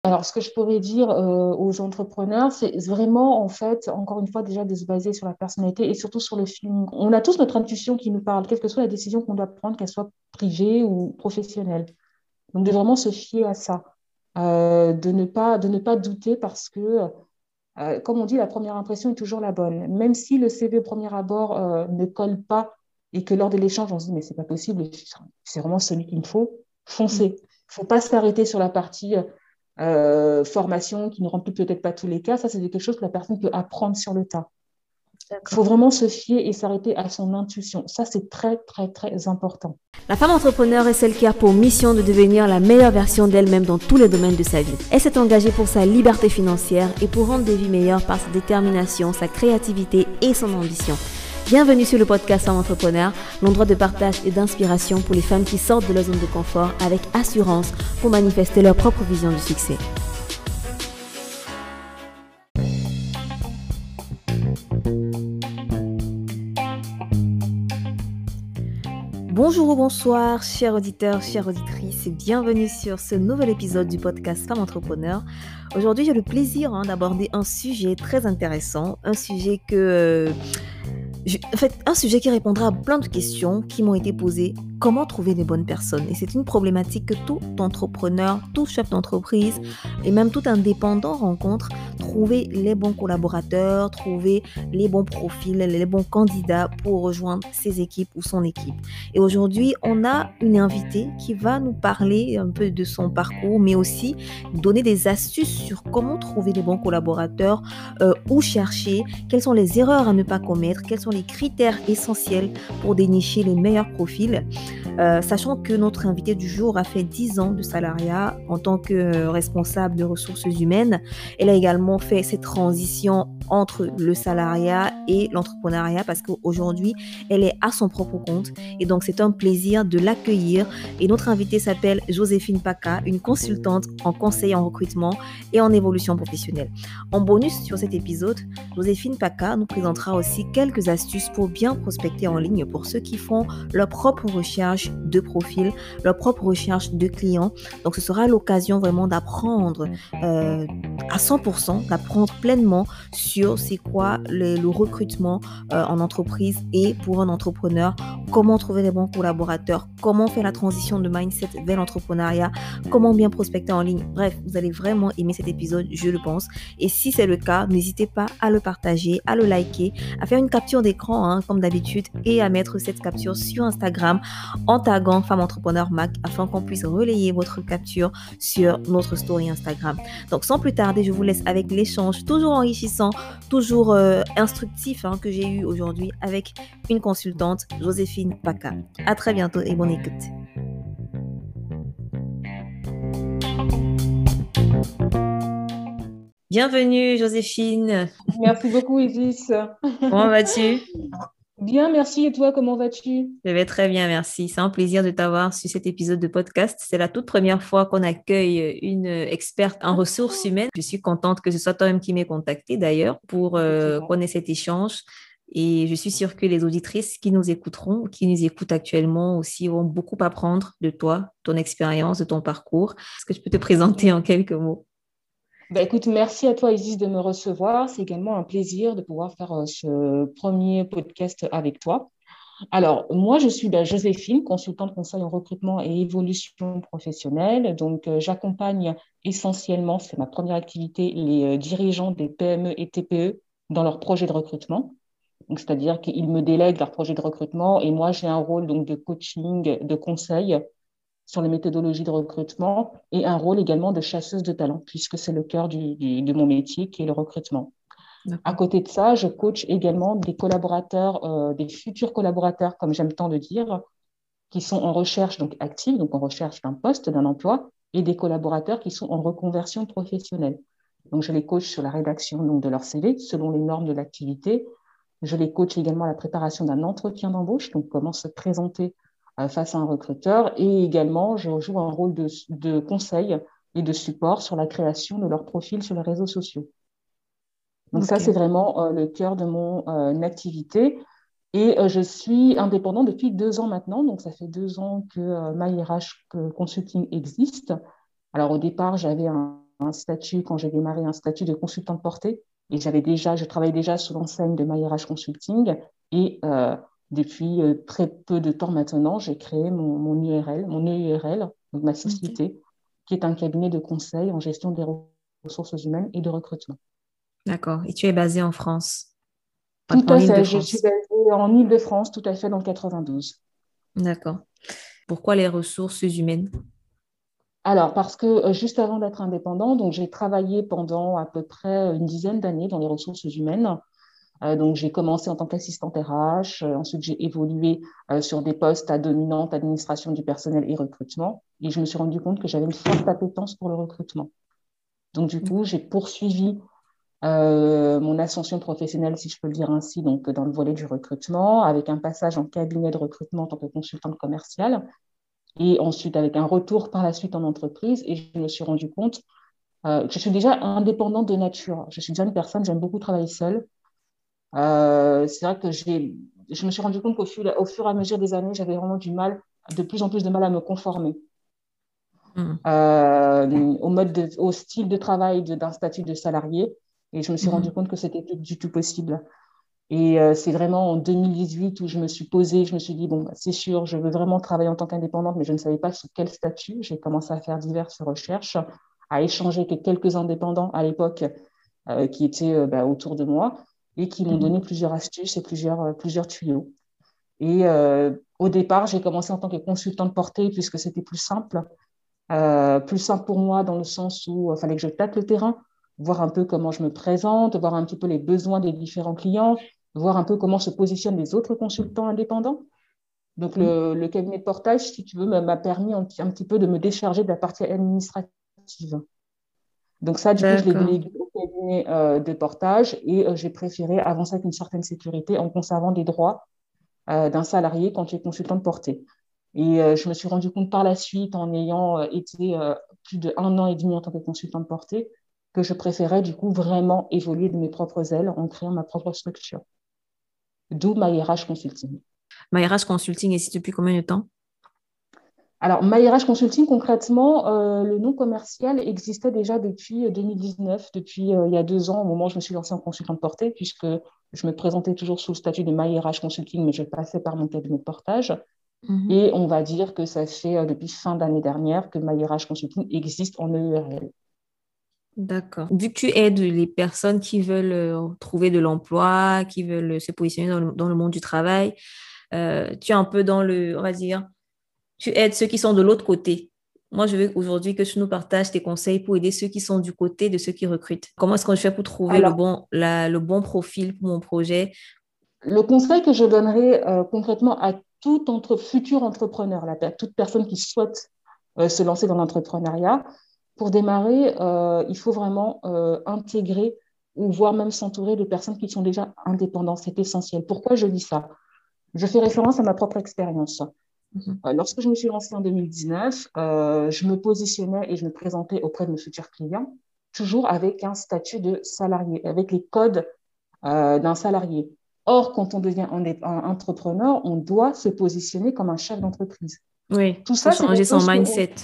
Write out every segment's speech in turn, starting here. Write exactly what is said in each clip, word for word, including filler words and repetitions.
Alors, ce que je pourrais dire euh, aux entrepreneurs, c'est vraiment, en fait, encore une fois, déjà de se baser sur la personnalité et surtout sur le feeling. On a tous notre intuition qui nous parle, quelle que soit la décision qu'on doit prendre, qu'elle soit privée ou professionnelle. Donc, de vraiment se fier à ça, euh, de ne pas, de ne pas douter parce que, euh, comme on dit, la première impression est toujours la bonne. Même si le C V au premier abord euh, ne colle pas et que lors de l'échange, on se dit, mais c'est pas possible, c'est vraiment celui qu'il me faut, Mm. foncez. Il ne faut pas s'arrêter sur la partie euh, formation qui ne remplit peut-être pas tous les cas. Ça, c'est quelque chose que la personne peut apprendre sur le tas. Il faut D'accord. vraiment se fier et s'arrêter à son intuition. Ça, c'est très, très, très important. La femme entrepreneur est celle qui a pour mission de devenir la meilleure version d'elle-même dans tous les domaines de sa vie. Elle s'est engagée pour sa liberté financière et pour rendre des vies meilleures par sa détermination, sa créativité et son ambition. Bienvenue sur le podcast Femme Entrepreneur, l'endroit de partage et d'inspiration pour les femmes qui sortent de leur zone de confort avec assurance pour manifester leur propre vision du succès. Bonjour ou bonsoir, chers auditeurs, chères auditrices, et bienvenue sur ce nouvel épisode du podcast Femme Entrepreneur. Aujourd'hui, j'ai le plaisir hein, d'aborder un sujet très intéressant, un sujet que... Euh, je, en fait, un sujet qui répondra à plein de questions qui m'ont été posées. Comment trouver les bonnes personnes? Et c'est une problématique que tout entrepreneur, tout chef d'entreprise et même tout indépendant rencontre. Trouver les bons collaborateurs, trouver les bons profils, les bons candidats pour rejoindre ses équipes ou son équipe. Et aujourd'hui, on a une invitée qui va nous parler un peu de son parcours, mais aussi donner des astuces sur comment trouver les bons collaborateurs, euh, où chercher, quelles sont les erreurs à ne pas commettre, quels sont les critères essentiels pour dénicher les meilleurs profils. Euh, sachant que notre invitée du jour a fait dix ans de salariat en tant que euh, responsable de ressources humaines. Elle a également fait cette transition entre le salariat et l'entrepreneuriat parce qu'aujourd'hui, elle est à son propre compte et donc c'est un plaisir de l'accueillir. Et notre invitée s'appelle Joséphine Paca, une consultante en conseil en recrutement et en évolution professionnelle. En bonus sur cet épisode, Joséphine Paca nous présentera aussi quelques astuces pour bien prospecter en ligne pour ceux qui font leur propre recherche de profil, leur propre recherche de clients. Donc ce sera l'occasion vraiment d'apprendre euh, à cent pour cent, d'apprendre pleinement sur c'est quoi le, le recrutement euh, en entreprise et pour un entrepreneur, comment trouver les bons collaborateurs, comment faire la transition de mindset vers l'entrepreneuriat, comment bien prospecter en ligne. Bref, vous allez vraiment aimer cet épisode, je le pense. Et si c'est le cas, n'hésitez pas à le partager, à le liker, à faire une capture d'écran hein, comme d'habitude et à mettre cette capture sur Instagram en taguant Femme Entrepreneur Mac afin qu'on puisse relayer votre capture sur notre story Instagram. Donc sans plus tarder, je vous laisse avec l'échange toujours enrichissant, toujours euh, instructif hein, que j'ai eu aujourd'hui avec une consultante, Joséphine Paca. À très bientôt et bonne écoute. Bienvenue Joséphine. Merci beaucoup, Isis. Comment vas-tu? Bien, merci. Et toi, comment vas-tu? Je vais très bien, merci. C'est un plaisir de t'avoir sur cet épisode de podcast. C'est la toute première fois qu'on accueille une experte en ressources humaines. Je suis contente que ce soit toi-même qui m'ait contactée d'ailleurs pour euh, Effectivement. qu'on ait cet échange. Et je suis sûre que les auditrices qui nous écouteront, qui nous écoutent actuellement aussi, vont beaucoup apprendre de toi, ton expérience, de ton parcours. Est-ce que tu peux te présenter en quelques mots? Bah, écoute, merci à toi, Isis, de me recevoir. C'est également un plaisir de pouvoir faire euh, ce premier podcast avec toi. Alors, moi, je suis bah, Joséphine, consultante conseil en recrutement et évolution professionnelle. Donc, euh, j'accompagne essentiellement, c'est ma première activité, les euh, dirigeants des P M E et T P E dans leurs projets de recrutement. Donc, c'est-à-dire qu'ils me délèguent leurs projets de recrutement et moi, j'ai un rôle donc, de coaching, de conseil sur les méthodologies de recrutement et un rôle également de chasseuse de talent, puisque c'est le cœur du, du, de mon métier qui est le recrutement. À D'accord. côté de ça, je coach également des collaborateurs, euh, des futurs collaborateurs, comme j'aime tant le dire, qui sont en recherche donc active, donc en recherche d'un poste, d'un emploi, et des collaborateurs qui sont en reconversion professionnelle. Donc, je les coach sur la rédaction donc, de leur C V selon les normes de l'activité. Je les coach également à la préparation d'un entretien d'embauche, donc comment se présenter euh, face à un recruteur. Et également, je joue un rôle de, de conseil et de support sur la création de leur profil sur les réseaux sociaux. Donc ça, c'est Ok. vraiment euh, le cœur de mon euh, activité. Et euh, je suis indépendante depuis deux ans maintenant. Donc ça fait deux ans que euh, MyRH Consulting existe. Alors au départ, j'avais un, un statut, quand j'ai démarré, un statut de consultante portée. Et j'avais déjà, je travaillais déjà sous l'enseigne de MyRH Consulting. Et euh, depuis euh, très peu de temps maintenant, j'ai créé mon, mon U R L, mon E U R L, donc ma Ok. société, qui est un cabinet de conseil en gestion des ressources humaines et de recrutement. D'accord. Et tu es basée en France, Tout en à fait, je suis Île-de-France. basée en Île-de-France, tout à fait dans le quatre-vingt-douze. D'accord. Pourquoi les ressources humaines? Alors, parce que euh, juste avant d'être indépendant, donc j'ai travaillé pendant à peu près une dizaine d'années dans les ressources humaines. Euh, donc, j'ai commencé en tant qu'assistante R H. Euh, ensuite, j'ai évolué euh, sur des postes à dominante administration du personnel et recrutement. Et je me suis rendu compte que j'avais une forte appétence pour le recrutement. Donc, du coup, j'ai poursuivi euh, mon ascension professionnelle, si je peux le dire ainsi, donc dans le volet du recrutement, avec un passage en cabinet de recrutement en tant que consultante commerciale, et ensuite avec un retour par la suite en entreprise. Et je me suis rendu compte euh, que je suis déjà indépendante de nature. Je suis déjà une personne, j'aime beaucoup travailler seule. Euh, c'est vrai que j'ai, je me suis rendu compte qu'au fur, au fur et à mesure des années, j'avais vraiment du mal, de plus en plus de mal à me conformer Hmm. euh, au mode de, au style de travail de- d'un statut de salarié. Et je me suis rendu Mhm. compte que c'était plus du tout possible. Et euh, c'est vraiment en deux mille dix-huit où je me suis posée, je me suis dit, bon, bah, c'est sûr, je veux vraiment travailler en tant qu'indépendante, mais je ne savais pas sous quel statut. J'ai commencé à faire diverses recherches, à échanger avec quelques indépendants à l'époque euh, qui étaient euh, bah, autour de moi et qui m'ont Mhm. donné plusieurs astuces et plusieurs, euh, plusieurs tuyaux. Et euh, au départ, j'ai commencé en tant que consultante portée puisque c'était plus simple. Euh, plus simple pour moi dans le sens où il fallait que je tâte le terrain, voir un peu comment je me présente, voir un petit peu les besoins des différents clients, voir un peu comment se positionnent les autres consultants indépendants. Donc, le, le cabinet de portage, si tu veux, m'a permis un, un petit peu de me décharger de la partie administrative. Donc ça, du coup, je l'ai D'accord. délégué au cabinet euh, de portage et euh, j'ai préféré avancer avec une certaine sécurité en conservant les droits euh, d'un salarié quand tu es consultant de portée. Et euh, je me suis rendu compte par la suite, en ayant euh, été euh, plus de un an et demi en tant que consultant de portée, que je préférais du coup vraiment évoluer de mes propres ailes en créant ma propre structure. D'où MyRH Consulting. MyRH Consulting existe depuis combien de temps? Alors, MyRH Consulting, concrètement, euh, le nom commercial existait déjà depuis deux mille dix-neuf, depuis euh, il y a deux ans, au moment où je me suis lancée en consultant de portée, puisque je me présentais toujours sous le statut de MyRH Consulting, mais je passais par mon cabinet de portage. Mhm. Et on va dire que ça fait euh, depuis fin d'année dernière que MyRH Consulting existe en E U R L. D'accord. Vu que tu aides les personnes qui veulent euh, trouver de l'emploi, qui veulent se positionner dans le, dans le monde du travail, euh, tu es un peu dans le, on va dire, tu aides ceux qui sont de l'autre côté. Moi, je veux aujourd'hui que tu nous partages tes conseils pour aider ceux qui sont du côté de ceux qui recrutent. Comment est-ce que je fais pour trouver le Alors, bon, la- le bon profil pour mon projet? le conseil que je donnerais euh, concrètement à tout entre, futur entrepreneur, là, à toute personne qui souhaite euh, se lancer dans l'entrepreneuriat, pour démarrer, euh, il faut vraiment euh, intégrer ou voire même s'entourer de personnes qui sont déjà indépendantes. C'est essentiel. Pourquoi je dis ça? Je fais référence à ma propre expérience. Mhm. Euh, lorsque je me suis lancée en deux mille dix-neuf, euh, je me positionnais et je me présentais auprès de mes futurs clients, toujours avec un statut de salarié, avec les codes euh, d'un salarié. Or, quand on devient un, un entrepreneur, on doit se positionner comme un chef d'entreprise. Oui, Tout il faut ça, c'est des changer son choses que on... mindset.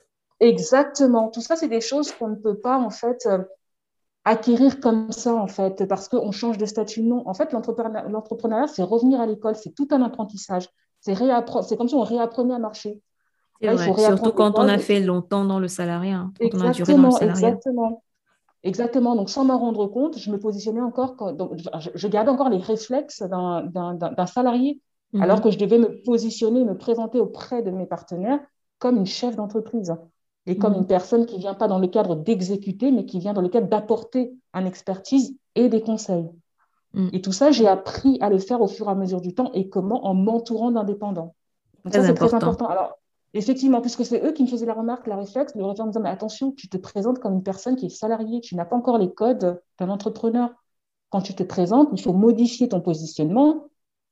Exactement. Tout ça, c'est des choses qu'on ne peut pas, en fait, euh, acquérir comme ça, en fait, parce qu'on change de statut. Non. En fait, l'entrepreneuriat, l'entrepreneuriat, c'est revenir à l'école, c'est tout un apprentissage. C'est réappre... c'est comme si on réapprenait à marcher. C'est Là, il faut vrai. Surtout réapprendre les quand on a codes. fait longtemps dans le salariat, hein, quand on a duré dans le Exactement, salariat. exactement. Exactement. Donc, sans m'en rendre compte, je me positionnais encore, quand- donc, je, je gardais encore les réflexes d'un d'un- d'un- d'un salarié, alors que Mhm. je devais me positionner, me présenter auprès de mes partenaires comme une chef d'entreprise et comme une Mhm. personne qui ne vient pas dans le cadre d'exécuter, mais qui vient dans le cadre d'apporter une expertise et des conseils. Mhm. Et tout ça, j'ai appris à le faire au fur et à mesure du temps et comment en m'entourant d'indépendants. Donc ça, Très c'est très important. important. Alors, effectivement, puisque c'est eux qui me faisaient la remarque, la réflexe, le réflexe en disant, mais attention, tu te présentes comme une personne qui est salariée, tu n'as pas encore les codes d'un entrepreneur. Quand tu te présentes, il faut modifier ton positionnement.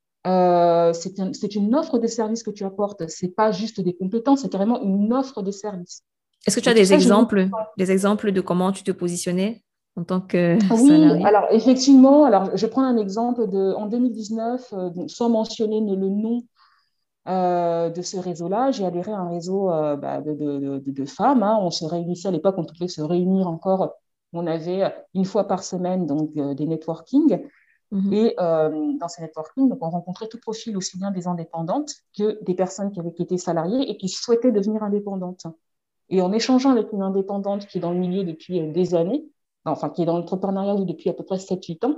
Euh, c'est un- c'est une offre de service que tu apportes. C'est pas juste des compétences, c'est carrément une offre de service. Est-ce que tu Et as tout des ça, j'ai mis. exemples, des exemples de comment tu te positionnais en tant que Oui, salarié? alors effectivement, alors je prends un exemple de en deux mille dix-neuf, euh, donc, sans mentionner le nom. euh, de ce réseau-là, j'ai adhéré à un réseau euh, bah, de, de, de, de femmes. Hein. On se réunissait à l'époque, on pouvait se réunir encore. On avait une fois par semaine donc, euh, des networking. Mhm. Et euh, dans ces networking, donc, on rencontrait tout profil, aussi bien des indépendantes que des personnes qui avaient qui étaient salariées et qui souhaitaient devenir indépendantes. Et en échangeant avec une indépendante qui est dans le milieu depuis euh, des années, enfin qui est dans l'entrepreneuriat depuis à peu près sept huit ans,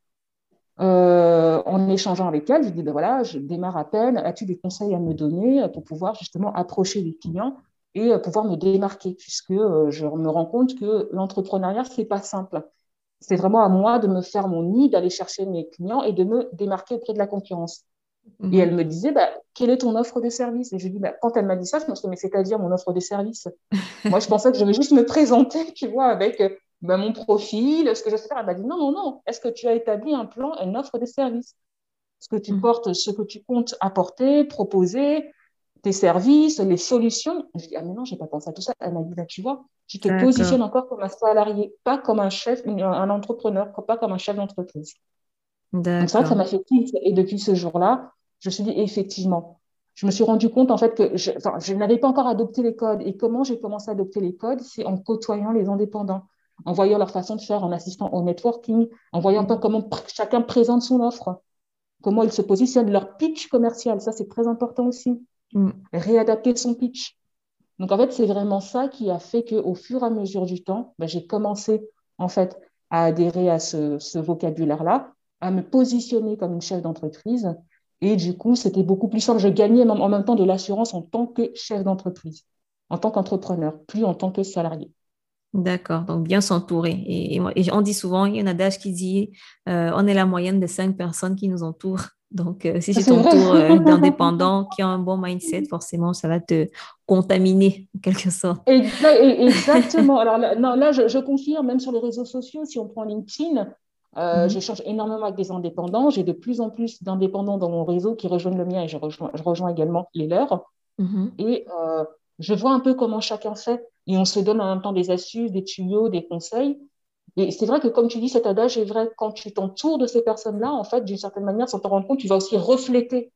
euh, en échangeant avec elle, je dis, ben voilà, je démarre à peine, as-tu des conseils à me donner pour pouvoir justement approcher les clients et pouvoir me démarquer, puisque euh, je me rends compte que l'entrepreneuriat, c'est pas simple. C'est vraiment à moi de me faire mon nid, d'aller chercher mes clients et de me démarquer auprès de la concurrence. Et Mhm. elle me disait, bah, quelle est ton offre de service? Et je lui dis, bah, quand elle m'a dit ça, je me suis dit, mais c'est-à-dire mon offre de service? Moi, je pensais que je vais juste me présenter, tu vois, avec euh, ben, mon profil, ce que je sais faire. Elle m'a dit non, non, non. Est-ce que tu as établi un plan, une offre de service? Ce que tu Mhm. portes, ce que tu comptes apporter, proposer, tes services, les solutions. Je dis, ah, mais non, j'ai pas pensé à tout ça. Elle m'a dit, bah, tu vois, tu te D'accord, positionnes encore comme un salarié, pas comme un chef, un, un entrepreneur, pas comme un chef d'entreprise. Donc, c'est vrai que ça d'accord. m'a fait tilt. Et depuis ce jour-là, je me suis dit, effectivement, je me suis rendu compte, en fait, que je, enfin, je n'avais pas encore adopté les codes. Et comment j'ai commencé à adopter les codes? C'est en côtoyant les indépendants, en voyant leur façon de faire, en assistant au networking, en voyant pas Mhm. comment pr- chacun présente son offre, comment ils se positionnent, leur pitch commercial. Ça, c'est très important aussi. Mhm. Réadapter son pitch. Donc, en fait, c'est vraiment ça qui a fait qu'au fur et à mesure du temps, ben, j'ai commencé, en fait, à adhérer à ce, ce vocabulaire-là, à me positionner comme une chef d'entreprise. Et du coup, c'était beaucoup plus simple. Je gagnais en même temps de l'assurance en tant que chef d'entreprise, en tant qu'entrepreneur, plus en tant que salarié. D'accord, donc bien s'entourer. Et, et moi- et on dit souvent, il y a un adage qui dit, euh, on est la moyenne des cinq personnes qui nous entourent. Donc, euh, si tu C'est vrai. t'entoures euh, d'indépendants qui ont un bon mindset, forcément, ça va te contaminer en quelque sorte. Exa- e- Exactement. Alors là, non, là, je, je confirme, même sur les réseaux sociaux, si on prend LinkedIn, euh, Mhm. j'échange énormément avec des indépendants. J'ai de plus en plus d'indépendants dans mon réseau qui rejoignent le mien et je rejoins, je rejoins également les leurs. Mhm. Et euh, je vois un peu comment chacun fait. Et on se donne en même temps des astuces, des tuyaux, des conseils. Et c'est vrai que, comme tu dis, cet adage est vrai. Quand tu t'entoures de ces personnes-là, en fait, d'une certaine manière, sans t'en rendre compte, tu vas aussi refléter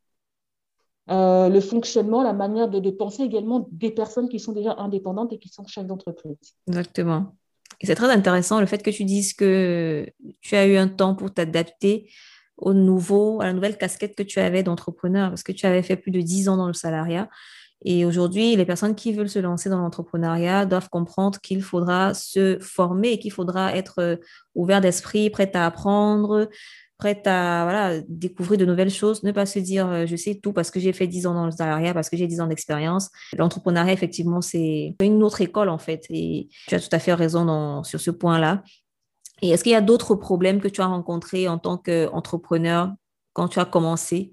euh, le fonctionnement, la manière de, de penser également des personnes qui sont déjà indépendantes et qui sont chefs d'entreprise. Exactement. Et c'est très intéressant le fait que tu dises que tu as eu un temps pour t'adapter au nouveau, à la nouvelle casquette que tu avais d'entrepreneur, parce que tu avais fait plus de dix ans dans le salariat. Et aujourd'hui, les personnes qui veulent se lancer dans l'entrepreneuriat doivent comprendre qu'il faudra se former et qu'il faudra être euh, ouvert d'esprit, prêt à apprendre, prêt à voilà, découvrir de nouvelles choses, ne pas se dire euh, je sais tout parce que j'ai fait dix ans dans le salariat, parce que j'ai dix ans d'expérience. L'entrepreneuriat, effectivement, c'est une autre école en fait. Et tu as tout à fait raison dans, sur ce point-là. Et est-ce qu'il y a d'autres problèmes que tu as rencontrés en tant qu'entrepreneur quand tu as commencé?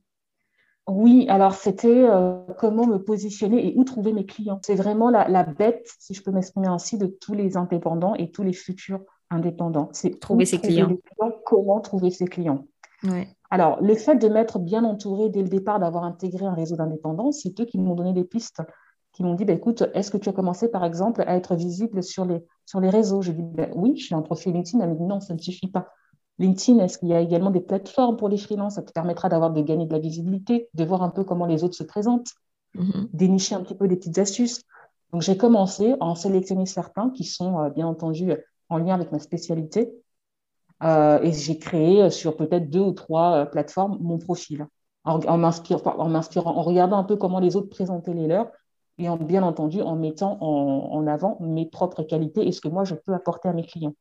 Oui, alors c'était euh, comment me positionner et où trouver mes clients. C'est vraiment la, la bête, si je peux m'exprimer ainsi, de tous les indépendants et tous les futurs indépendants. C'est où Trouver ses trouver clients. les clients, comment trouver ses clients. Ouais. Alors, le fait de m'être bien entourée dès le départ, d'avoir intégré un réseau d'indépendants, c'est eux qui m'ont donné des pistes, qui m'ont dit, bah, écoute, est-ce que tu as commencé, par exemple, à être visible sur les, sur les réseaux? J'ai dit, bah, oui, j'ai un profil LinkedIn. Elle m'a dit, non, ça ne suffit pas. LinkedIn, est-ce qu'il y a également des plateformes pour les freelances? Ça te permettra d'avoir de gagner de la visibilité, de voir un peu comment les autres se présentent, Mhm. dénicher un petit peu des petites astuces. Donc, j'ai commencé à en sélectionner certains qui sont, euh, bien entendu, en lien avec ma spécialité. Euh, et j'ai créé euh, sur peut-être deux ou trois euh, plateformes mon profil, en, en m'inspirant, en m'inspirant, en regardant un peu comment les autres présentaient les leurs, et en, bien entendu en mettant en, en avant mes propres qualités et ce que moi je peux apporter à mes clients.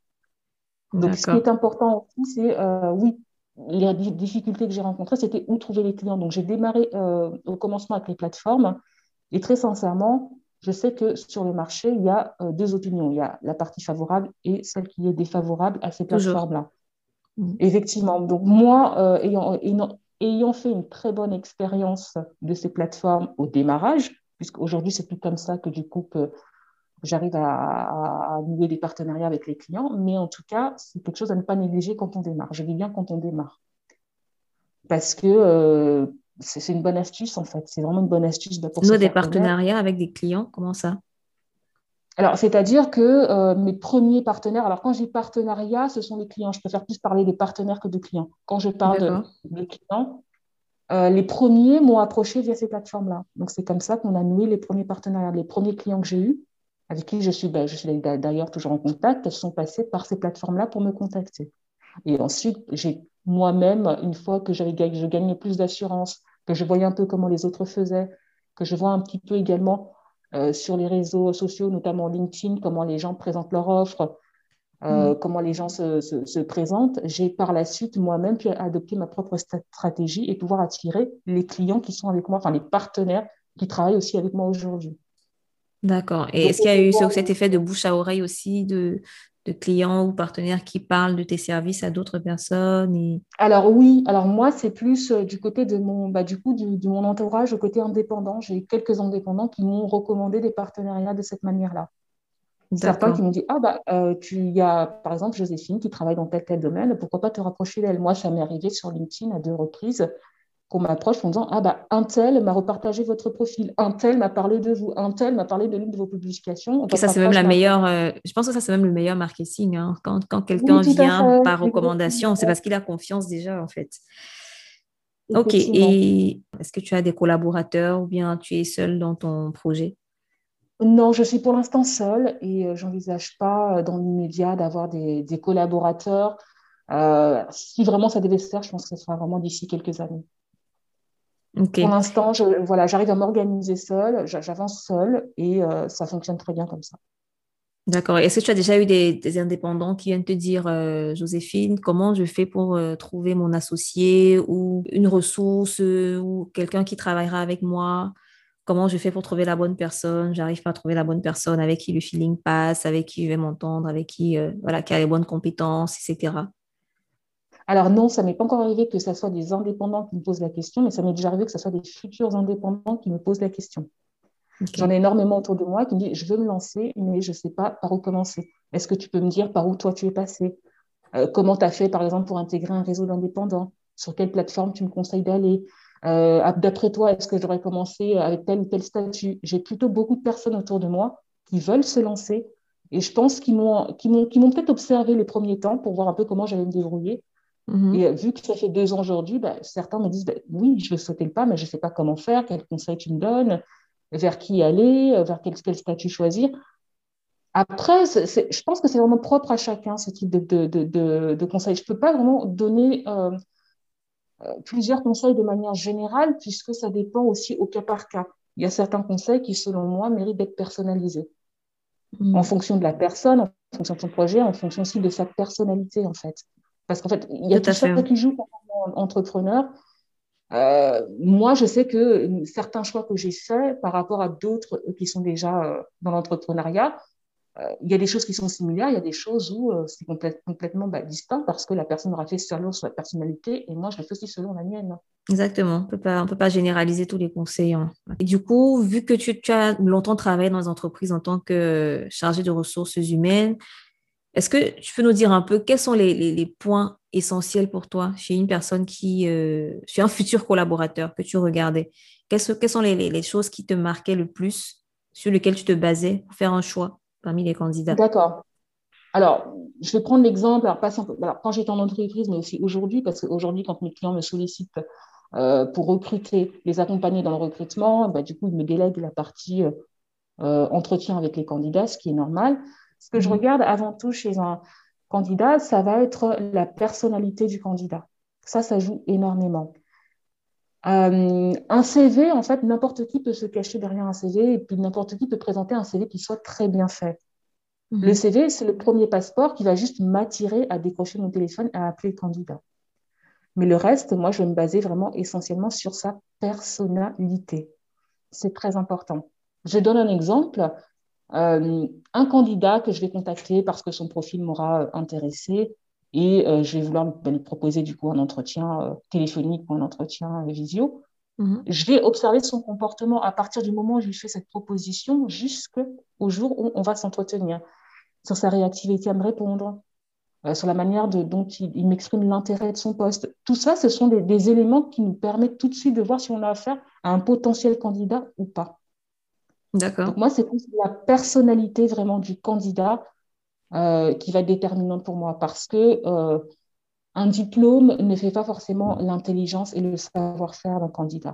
Donc, ce qui D'accord. est important aussi, c'est, euh, oui, les di- difficultés que j'ai rencontrées, c'était où trouver les clients. Donc, j'ai démarré euh, au commencement avec les plateformes. Et très sincèrement, je sais que sur le marché, il y a euh, deux opinions. Il y a la partie favorable et celle qui est défavorable à ces Toujours. plateformes-là. Mhm. Effectivement. Donc, moi, euh, ayant, ayant, ayant fait une très bonne expérience de ces plateformes au démarrage, puisqu'aujourd'hui, c'est plus comme ça que du coup, que j'arrive à, à, à nouer des partenariats avec les clients. Mais en tout cas, c'est quelque chose à ne pas négliger quand on démarre. Je dis bien quand on démarre. Parce que euh, c'est c'est une bonne astuce, en fait. C'est vraiment une bonne astuce bah, pour se Nous, des faire connaître. partenariats avec des clients, comment ça? Alors, c'est-à-dire que euh, mes premiers partenaires, alors quand j'ai partenariat, ce sont les clients. Je préfère plus parler des partenaires que de clients. Quand je parle de, D'accord. de clients, Euh, les premiers m'ont approché via ces plateformes-là. Donc, c'est comme ça qu'on a noué les premiers partenariats. Les premiers clients que j'ai eus, avec qui je suis, ben, je suis d'ailleurs toujours en contact, sont passés par ces plateformes-là pour me contacter. Et ensuite, j'ai moi-même, une fois que j'avais, je gagnais plus d'assurance, que je voyais un peu comment les autres faisaient, que je vois un petit peu également euh, sur les réseaux sociaux, notamment LinkedIn, comment les gens présentent leur offre, euh, Mhm. comment les gens se, se, se présentent, j'ai par la suite moi-même pu adopter ma propre stratégie et pouvoir attirer les clients qui sont avec moi, enfin les partenaires qui travaillent aussi avec moi aujourd'hui. D'accord. Et Donc, est-ce on qu'il y a peut eu ce- voir cet effet de bouche à oreille aussi de, de clients ou partenaires qui parlent de tes services à d'autres personnes et... Alors oui, alors moi, c'est plus euh, du côté de mon, bah, du coup, du, de mon entourage, au côté indépendant. J'ai eu quelques indépendants qui m'ont recommandé des partenariats de cette manière-là. Certains qui D'accord. m'ont dit, ah bah, euh, tu il y a par exemple Joséphine qui travaille dans tel tel domaine, pourquoi pas te rapprocher d'elle? Moi, ça m'est arrivé sur LinkedIn à deux reprises qu'on m'approche en disant, ah bah, un tel m'a repartagé votre profil, un tel m'a parlé de vous, un tel m'a parlé de l'une de vos publications, Et ça, votre c'est même approche la m'a... meilleure, euh, je pense que ça, c'est même le meilleur marketing, hein. Quand, quand Oui, quelqu'un tout à vient fait, par recommandation, c'est effectivement, parce qu'il a confiance déjà, en fait. Ok. effectivement. Et est-ce que tu as des collaborateurs ou bien tu es seul dans ton projet? Non, je suis pour l'instant seule et euh, j'envisage pas euh, dans l'immédiat d'avoir des, des collaborateurs. Euh, si vraiment ça devait se faire, je pense que ce sera vraiment d'ici quelques années. Ok. Pour l'instant, je, voilà, j'arrive à m'organiser seule, j'a- j'avance seule et euh, ça fonctionne très bien comme ça. D'accord. Est-ce que tu as déjà eu des, des indépendants qui viennent te dire, euh, Joséphine, comment je fais pour euh, trouver mon associé ou une ressource euh, ou quelqu'un qui travaillera avec moi? Comment je fais pour trouver la bonne personne? J'arrive pas à trouver la bonne personne avec qui le feeling passe, avec qui je vais m'entendre, avec qui, euh, voilà, qui a les bonnes compétences, et cetera. Alors non, ça m'est pas encore arrivé que ce soit des indépendants qui me posent la question, mais ça m'est déjà arrivé que ce soit des futurs indépendants qui me posent la question. J'en ai Ok. énormément autour de moi qui me disent, je veux me lancer, mais je ne sais pas par où commencer. Est-ce que tu peux me dire par où toi tu es passé? Euh, comment tu as fait, par exemple, pour intégrer un réseau d'indépendants? Sur quelle plateforme tu me conseilles d'aller? Euh, D'après toi, est-ce que je devrais commencer avec tel ou tel statut? J'ai plutôt beaucoup de personnes autour de moi qui veulent se lancer et je pense qu'ils m'ont, qu'ils m'ont, qu'ils m'ont peut-être observé les premiers temps pour voir un peu comment j'allais me débrouiller. Et Mhm. euh, vu que ça fait deux ans aujourd'hui, bah, certains me disent, bah, oui, je veux sauter le pas, mais je ne sais pas comment faire, quels conseils tu me donnes, vers qui aller, euh, vers quel, quel statut choisir. Après, c'est- c'est- je pense que c'est vraiment propre à chacun, ce type de, de, de, de, de conseils. Je ne peux pas vraiment donner euh, plusieurs conseils de manière générale, puisque ça dépend aussi au cas par cas. Il y a certains conseils qui, selon moi, méritent d'être personnalisés en Mhm. fonction de la personne, en fonction de son projet, en fonction aussi de sa personnalité, en fait. Parce qu'en fait, il y a Tout tout à ça fait. qui joue quand on est entrepreneur. Euh, moi, je sais que certains choix que j'ai faits par rapport à d'autres qui sont déjà euh, dans l'entrepreneuriat, euh, il y a des choses qui sont similaires, il y a des choses où euh, c'est complète- complètement bah, distinct parce que la personne aura fait selon sa personnalité et moi, je le fais aussi selon la mienne. Exactement. On peut pas, on peut pas généraliser tous les conseils, hein. Et du coup, vu que tu, tu as longtemps travaillé dans les entreprises en tant que chargé de ressources humaines, est-ce que tu peux nous dire un peu quels sont les, les- les points essentiels pour toi chez une personne qui, euh, chez un futur collaborateur que tu regardais? Quelles, sont quelles sont les, les- les choses qui te marquaient le plus, sur lesquelles tu te basais pour faire un choix parmi les candidats? D'accord. Alors, je vais prendre l'exemple, alors, pas simple- alors, quand j'étais en entreprise, mais aussi aujourd'hui, parce qu'aujourd'hui, quand mes clients me sollicitent euh, pour recruter, les accompagner dans le recrutement, bah, du coup, ils me délèguent la partie euh, euh, entretien avec les candidats, ce qui est normal. Ce que je Mhm. regarde avant tout chez un candidat, ça va être la personnalité du candidat. Ça, ça joue énormément. Euh, un C V, en fait, n'importe qui peut se cacher derrière un C V et puis n'importe qui peut présenter un C V qui soit très bien fait. Le Mhm. C V, c'est le premier passeport qui va juste m'attirer à décrocher mon téléphone et à appeler le candidat. Mais le reste, moi, je vais me baser vraiment essentiellement sur sa personnalité. C'est très important. Je donne un exemple. Euh, un candidat que je vais contacter parce que son profil m'aura intéressé et euh, je vais vouloir lui, lui proposer du coup un entretien euh, téléphonique ou un entretien euh, visio. Mhm. Je vais observer son comportement à partir du moment où je lui fais cette proposition jusqu'au jour où on va s'entretenir, sur sa réactivité à me répondre, euh, sur la manière de, dont il, il m'exprime l'intérêt de son poste. Tout ça, ce sont des, des éléments qui nous permettent tout de suite de voir si on a affaire à un potentiel candidat ou pas. Donc D'accord. moi, c'est plus la personnalité vraiment du candidat euh, qui va être déterminante pour moi parce que euh, un diplôme ne fait pas forcément l'intelligence et le savoir-faire d'un candidat.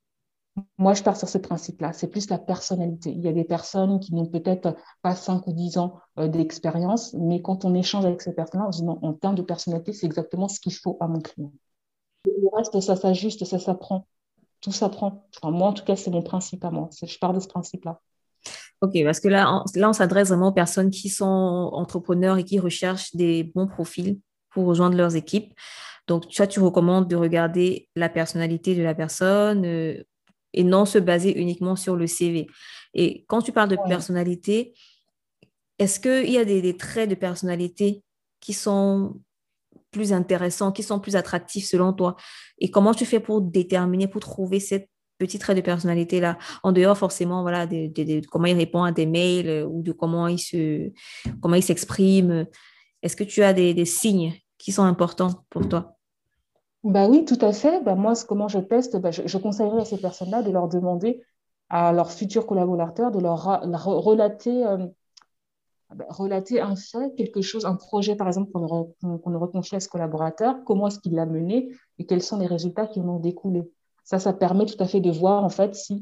Moi, je pars sur ce principe-là. C'est plus la personnalité. Il y a des personnes qui n'ont peut-être pas cinq ou dix ans euh, d'expérience, mais quand on échange avec ces personnes-là, on se dit non, en termes de personnalité, c'est exactement ce qu'il faut à mon client. Le reste, ça s'ajuste, ça s'apprend. Tout s'apprend. Enfin, moi, en tout cas, c'est mon principe à moi. C'est- Je pars de ce principe-là. Ok, parce que là, on, là, on s'adresse vraiment aux personnes qui sont entrepreneurs et qui recherchent des bons profils pour rejoindre leurs équipes. Donc, toi, tu recommandes de regarder la personnalité de la personne euh, et non se baser uniquement sur le C V. Et quand tu parles de Ouais. personnalité, est-ce qu'il y a des, des traits de personnalité qui sont plus intéressants, qui sont plus attractifs selon toi? Et comment tu fais pour déterminer, pour trouver cette petite trait de personnalité-là, en dehors forcément voilà, de, de- de comment il répond à des mails euh, ou de comment il se, comment il s'exprime? Est-ce que tu as des, des signes qui sont importants pour toi? Bah oui, tout à fait. Bah moi, c'est- comment je teste? Bah, je, je conseillerais à ces personnes-là de leur demander à leurs futurs collaborateurs de leur, ra- leur relater, euh, bah, relater un fait, quelque chose, un projet, par exemple, qu'on aurait, qu'on qu'on aurait confié à ce collaborateur, comment est-ce qu'il l'a mené et quels sont les résultats qui en ont découlé. Ça, ça permet tout à fait de voir, en fait, si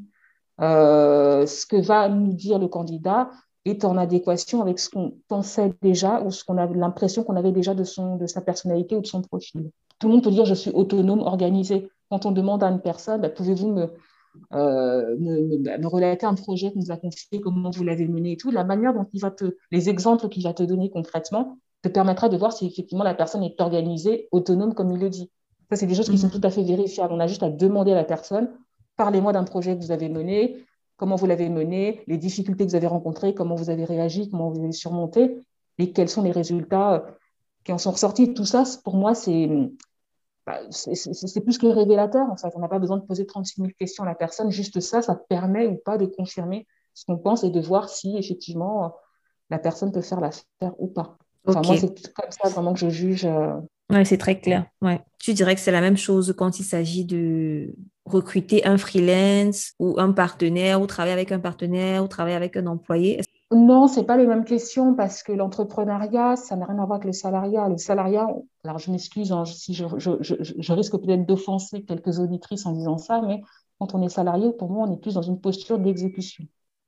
euh, ce que va nous dire le candidat est en adéquation avec ce qu'on pensait déjà ou ce qu'on avait l'impression qu'on avait déjà de, son, de sa personnalité ou de son profil. Tout le monde peut dire je suis autonome, organisé. Quand on demande à une personne, bah, pouvez-vous me, euh, me, me, bah, me relater un projet que nous a confié, comment vous l'avez mené et tout, la manière dont il va te, les exemples qu'il va te donner concrètement te permettra de voir si effectivement la personne est organisée, autonome comme il le dit. Ça, c'est des choses qui sont tout Mhm. à fait vérifiables. On a juste à demander à la personne, parlez-moi d'un projet que vous avez mené, comment vous l'avez mené, les difficultés que vous avez rencontrées, comment vous avez réagi, comment vous avez surmonté, et quels sont les résultats euh, qui en sont ressortis. Tout ça, pour moi, c'est bah, c'est c'est- c'est plus que révélateur, en fait. On n'a pas besoin de poser trente-six mille questions à la personne. Juste ça, ça permet ou pas de confirmer ce qu'on pense et de voir si, effectivement, euh, la personne peut faire l'affaire ou pas. Enfin, Ok, moi, c'est comme ça vraiment que je juge. euh, ouais, c'est très clair. Ouais. Tu dirais que c'est la même chose quand il s'agit de recruter un freelance ou un partenaire ou travailler avec un partenaire ou travailler avec un employé. Non, c'est pas les mêmes questions parce que l'entrepreneuriat, ça n'a rien à voir avec le salariat. Le salariat, alors je m'excuse hein, si je, je, je, je risque peut-être d'offenser quelques auditrices en disant ça, mais quand on est salarié, pour moi, on est plus dans une posture d'exécution.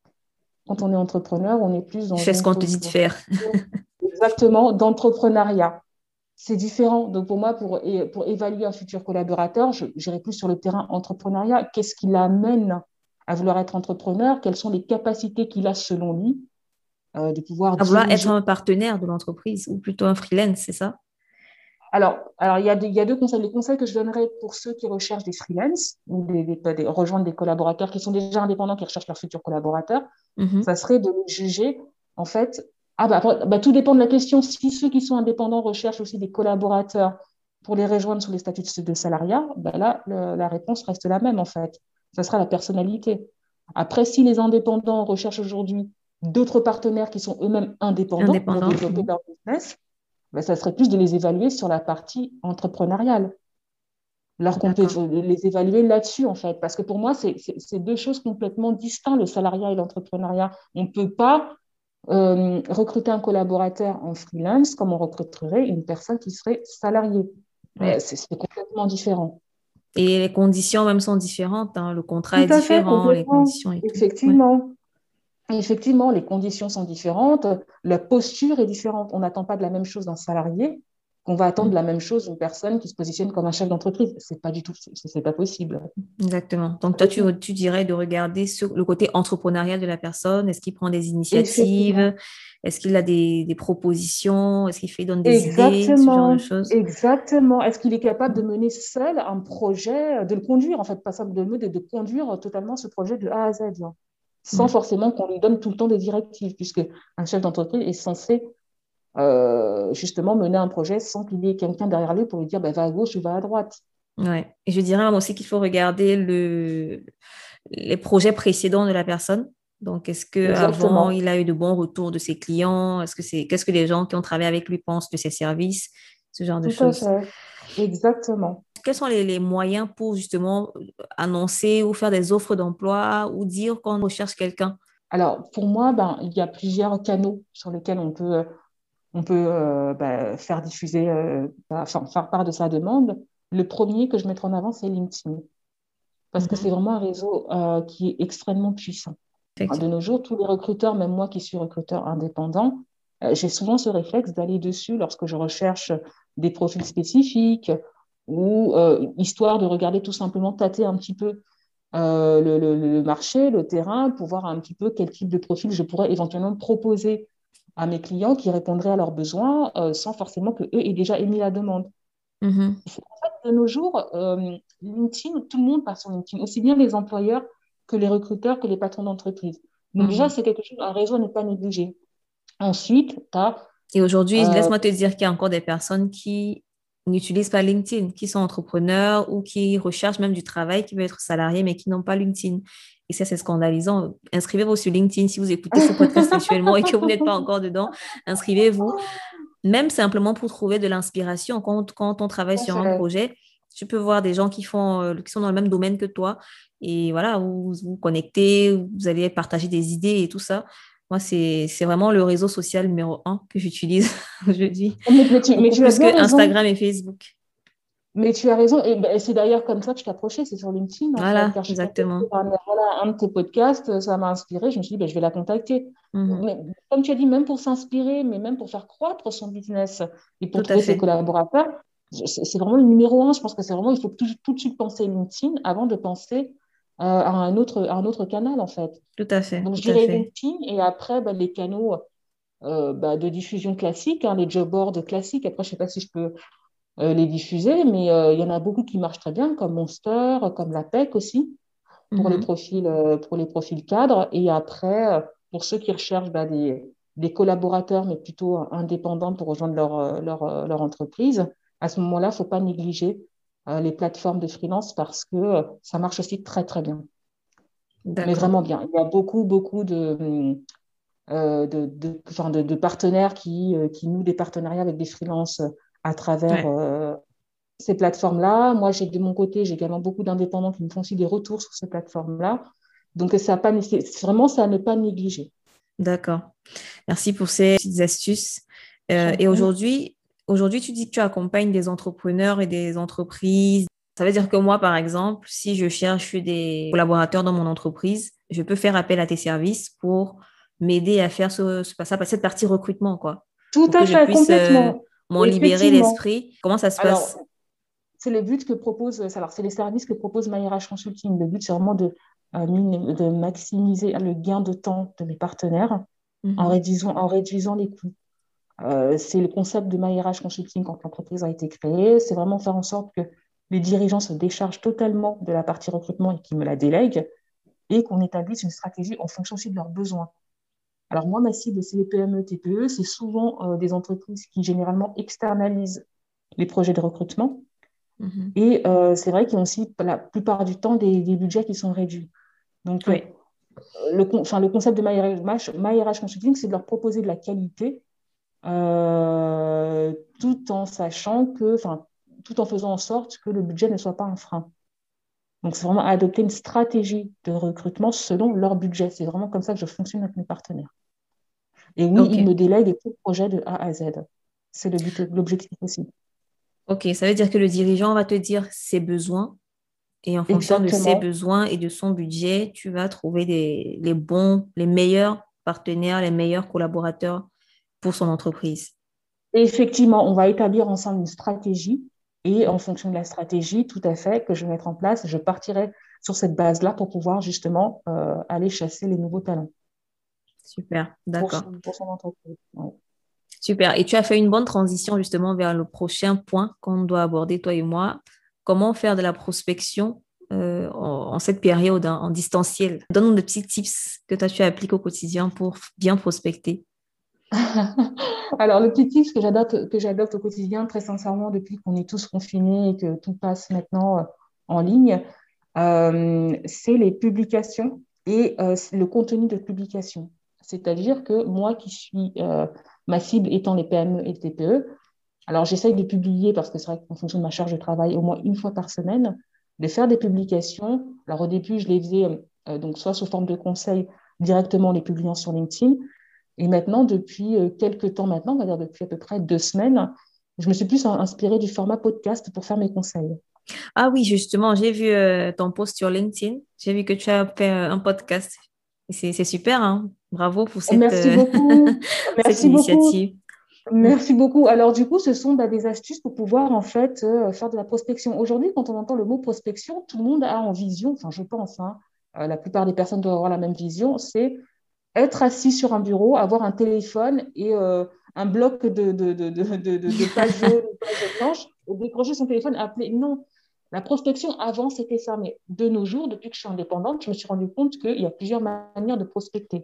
Quand on est entrepreneur, on est plus Tu dans fais ce une qu'on te dit de posture faire. exactement d'entrepreneuriat. C'est différent. Donc pour moi, pour, et pour évaluer un futur collaborateur, je- j'irai plus sur le terrain entrepreneuriat. Qu'est-ce qui l'amène à vouloir être entrepreneur? Quelles sont les capacités qu'il a selon lui euh, de pouvoir À vouloir être diriger. un partenaire de l'entreprise ou plutôt un freelance, c'est ça? Alors, alors il y a, des- il y a deux conseils. Les conseils que je donnerais pour ceux qui recherchent des freelances ou des, des- des- rejoindre des collaborateurs qui sont déjà indépendants, qui recherchent leurs futurs collaborateurs, Mhm. ça serait de les juger, en fait. Ah bah, après, bah, tout dépend de la question. Si ceux qui sont indépendants recherchent aussi des collaborateurs pour les rejoindre sous les statuts de, de salariat, bah là, le- la réponse reste la même, en fait. Ça sera la personnalité. Après, si les indépendants recherchent aujourd'hui d'autres partenaires qui sont eux-mêmes indépendants pour Indépendant. développer Mhm. leur business, ben, ça serait plus de les évaluer sur la partie entrepreneuriale, alors qu'on peut D'accord. les évaluer là-dessus, en fait. Parce que pour moi, c'est c'est deux choses complètement distinctes, le salariat et l'entrepreneuriat. On ne peut pas euh, recruter un collaborateur en freelance comme on recruterait une personne qui serait salariée. Euh, Ouais. c'est c'est complètement différent. Et les conditions même sont différentes, hein. Le contrat Tout est à fait, différent, les complètement. conditions et tout. Ouais. Effectivement. Effectivement, les conditions sont différentes, la posture est différente. On n'attend pas de la même chose d'un salarié qu'on va attendre de la même chose d'une personne qui se positionne comme un chef d'entreprise. C'est pas du tout, c'est c'est pas possible. Exactement. C'est Donc, pas toi, tu, possible. tu dirais de regarder sur le côté entrepreneurial de la personne. Est-ce qu'il prend des Effectivement, initiatives? Est-ce qu'il a des, des propositions? Est-ce qu'il fait, donne des idées? Ce genre de exactement, choses. exactement. Est-ce qu'il est capable de mener seul un projet, de le conduire en fait, pas simple de le mener, de conduire totalement ce projet de A à Z, hein, sans Ouais. forcément qu'on lui donne tout le temps des directives, puisque un chef d'entreprise est censé euh, justement mener un projet sans qu'il y ait quelqu'un derrière lui pour lui dire bah, va à gauche ou va à droite. Ouais. Et je dirais même aussi qu'il faut regarder le, les projets précédents de la personne. Donc, est-ce qu'avant, Exactement, il a eu de bons retours de ses clients? Est-ce que c'est, qu'est-ce que les gens qui ont travaillé avec lui pensent de ses services? Ce genre de tout à choses. fait, exactement. Quels sont les, les moyens pour justement annoncer ou faire des offres d'emploi ou dire qu'on recherche quelqu'un? Alors, pour moi, ben, il y a plusieurs canaux sur lesquels on peut. on peut euh, bah, faire diffuser, euh, bah, enfin, faire part de sa demande. Le premier que je mettrai en avant, c'est LinkedIn, parce que c'est Mhm. vraiment un réseau euh, qui est extrêmement puissant. De Effectivement. nos jours, tous les recruteurs, même moi qui suis recruteur indépendant, euh, j'ai souvent ce réflexe d'aller dessus lorsque je recherche des profils spécifiques ou euh, histoire de regarder tout simplement, tâter un petit peu euh, le, le- le marché, le terrain, pour voir un petit peu quel type de profil je pourrais éventuellement proposer à mes clients qui répondraient à leurs besoins euh, sans forcément qu'eux aient déjà émis la demande. Mhm. C'est en fait, de nos jours, euh, LinkedIn, tout le monde passe sur LinkedIn, aussi bien les employeurs que les recruteurs, que les patrons d'entreprise. Donc déjà, Mhm. c'est quelque chose, un réseau à ne pas négliger. Ensuite, tu as Et aujourd'hui, euh, laisse-moi te dire qu'il y a encore des personnes qui n'utilisent pas LinkedIn, qui sont entrepreneurs ou qui recherchent même du travail, qui veulent être salariés, mais qui n'ont pas LinkedIn. Et ça, c'est scandalisant. Inscrivez-vous sur LinkedIn si vous écoutez ce podcast actuellement et que vous n'êtes pas encore dedans. Inscrivez-vous, même simplement pour trouver de l'inspiration. Quand, quand on travaille sur un projet, tu peux voir des gens qui font, euh, qui sont dans le même domaine que toi. Et voilà, vous vous connectez, vous allez partager des idées et tout ça. Moi, c'est, c'est vraiment le réseau social numéro un que j'utilise aujourd'hui, mais, mais tu, mais beaucoup tu as plus bien que raison. Instagram et Facebook. Mais tu as raison, et ben, c'est d'ailleurs comme ça que je t'ai approché, c'est sur LinkedIn en fait, Voilà, car je suis tombée sur exactement. un, voilà, un de tes podcasts, ça m'a inspiré, je me suis dit, ben, je vais la contacter. Mhm. Mais, comme tu as dit, même pour s'inspirer, mais même pour faire croître son business et pour Tout à trouver ses fait. collaborateurs, c'est c'est vraiment le numéro un. Je pense que c'est vraiment, il faut tout, tout de suite penser LinkedIn avant de penser euh, à un autre, à un autre canal en fait. Tout à fait. Donc je Tout à dirais fait. LinkedIn et après ben, les canaux euh, ben, de diffusion classiques, hein, les job boards classiques. Après, je ne sais pas si je peux euh, les diffuser, mais euh, il y en a beaucoup qui marchent très bien, comme Monster, comme la P E C aussi, pour les Mhm. profils, euh, pour les profils cadres. Et après, euh, pour ceux qui recherchent bah, des, des collaborateurs, mais plutôt indépendants pour rejoindre leur, euh, leur, euh, leur entreprise, à ce moment-là, il ne faut pas négliger euh, les plateformes de freelance parce que euh, ça marche aussi très, très bien. Mais D'accord. vraiment bien. Il y a beaucoup, beaucoup de, euh, de, de, enfin, de, de partenaires qui, euh, qui nouent des partenariats avec des freelances à travers Ouais. euh, ces plateformes-là. Moi, j'ai de mon côté, j'ai également beaucoup d'indépendants qui me font aussi des retours sur ces plateformes-là. Donc, ça a pas, c'est vraiment ça à ne pas négliger. D'accord. Merci pour ces petites astuces. Je Euh, t'en et prie. aujourd'hui, aujourd'hui, tu dis que tu accompagnes des entrepreneurs et des entreprises. Ça veut dire que moi, par exemple, si je cherche des collaborateurs dans mon entreprise, je peux faire appel à tes services pour m'aider à faire ce, ce- ça, cette partie recrutement, quoi, Tout pour que à je fait, puisse euh, complètement. m'en libérer Effectivement. l'esprit. Comment ça se Alors, passe? c'est les buts que propose, alors c'est les services que propose MyRH Consulting. Le but, c'est vraiment de, euh, de maximiser le gain de temps de mes partenaires en Mhm. réduisant, en réduisant les coûts. Euh, c'est le concept de MyRH Consulting quand l'entreprise a été créée. C'est vraiment faire en sorte que les dirigeants se déchargent totalement de la partie recrutement et qu'ils me la délèguent et qu'on établisse une stratégie en fonction aussi de leurs besoins. Alors moi, ma cible, c'est les P M E, T P E. C'est souvent euh, des entreprises qui généralement externalisent les projets de recrutement. Mhm. Et euh, c'est vrai qu'ils ont aussi la plupart du temps des, des budgets qui sont réduits. Donc, euh, Oui. le, enfin, le concept de MyRH, MyRH Consulting, c'est de leur proposer de la qualité euh, tout en sachant que, enfin, tout en faisant en sorte que le budget ne soit pas un frein. Donc, c'est vraiment adopter une stratégie de recrutement selon leur budget. C'est vraiment comme ça que je fonctionne avec mes partenaires. Et oui, ils OK. me délèguent tout le projet de A à Z. C'est le but, l'objectif aussi. OK. Ça veut dire que le dirigeant va te dire ses besoins. Et en fonction de ses Exactement. besoins et de son budget, tu vas trouver des, les bons, les meilleurs partenaires, les meilleurs collaborateurs pour son entreprise. Et effectivement, on va établir ensemble une stratégie. Et en fonction de la stratégie, tout à fait, que je vais mettre en place, je partirai sur cette base-là pour pouvoir justement euh, aller chasser les nouveaux talents Super, pour d'accord. son, pour son entreprise. Ouais. Super. Et tu as fait une bonne transition justement vers le prochain point qu'on doit aborder, toi et moi. Comment faire de la prospection euh, en, en cette période, en, en distanciel? Donne-nous des petits tips que toi tu appliques au quotidien pour bien prospecter. Alors, le petit tip que j'adopte, que j'adopte au quotidien, très sincèrement, depuis qu'on est tous confinés et que tout passe maintenant euh, en ligne, euh, c'est les publications et euh, le contenu de publication. C'est-à-dire que moi qui suis, euh, ma cible étant les P M E et les T P E, alors j'essaye de publier parce que c'est vrai qu'en fonction de ma charge de travail, au moins une fois par semaine, de faire des publications. Alors au début, je les faisais euh, donc soit sous forme de conseils directement en les publiant sur LinkedIn, Et maintenant, depuis euh, quelques temps maintenant, on va dire depuis à peu près deux semaines, je me suis plus in- inspirée du format podcast pour faire mes conseils. Ah oui, justement, j'ai vu euh, ton post sur LinkedIn. J'ai vu que tu as fait euh, un podcast. Et C'est, c'est super, hein? Bravo pour cette, Merci euh, beaucoup. cette Merci beaucoup. initiative. Mm. Merci beaucoup. Alors, du coup, ce sont bah, des astuces pour pouvoir en fait euh, faire de la prospection. Aujourd'hui, quand on entend le mot prospection, tout le monde a en vision, enfin, je pense, hein, euh, la plupart des personnes doivent avoir la même vision, c'est être assis sur un bureau, avoir un téléphone et euh, un bloc de, de, de, de, de, de- de pages jaunes, de pages blanches, et décrocher son téléphone, appeler. Non, la prospection avant, c'était ça. Mais de nos jours, depuis que je suis indépendante, je me suis rendu compte qu'il y a plusieurs manières de prospecter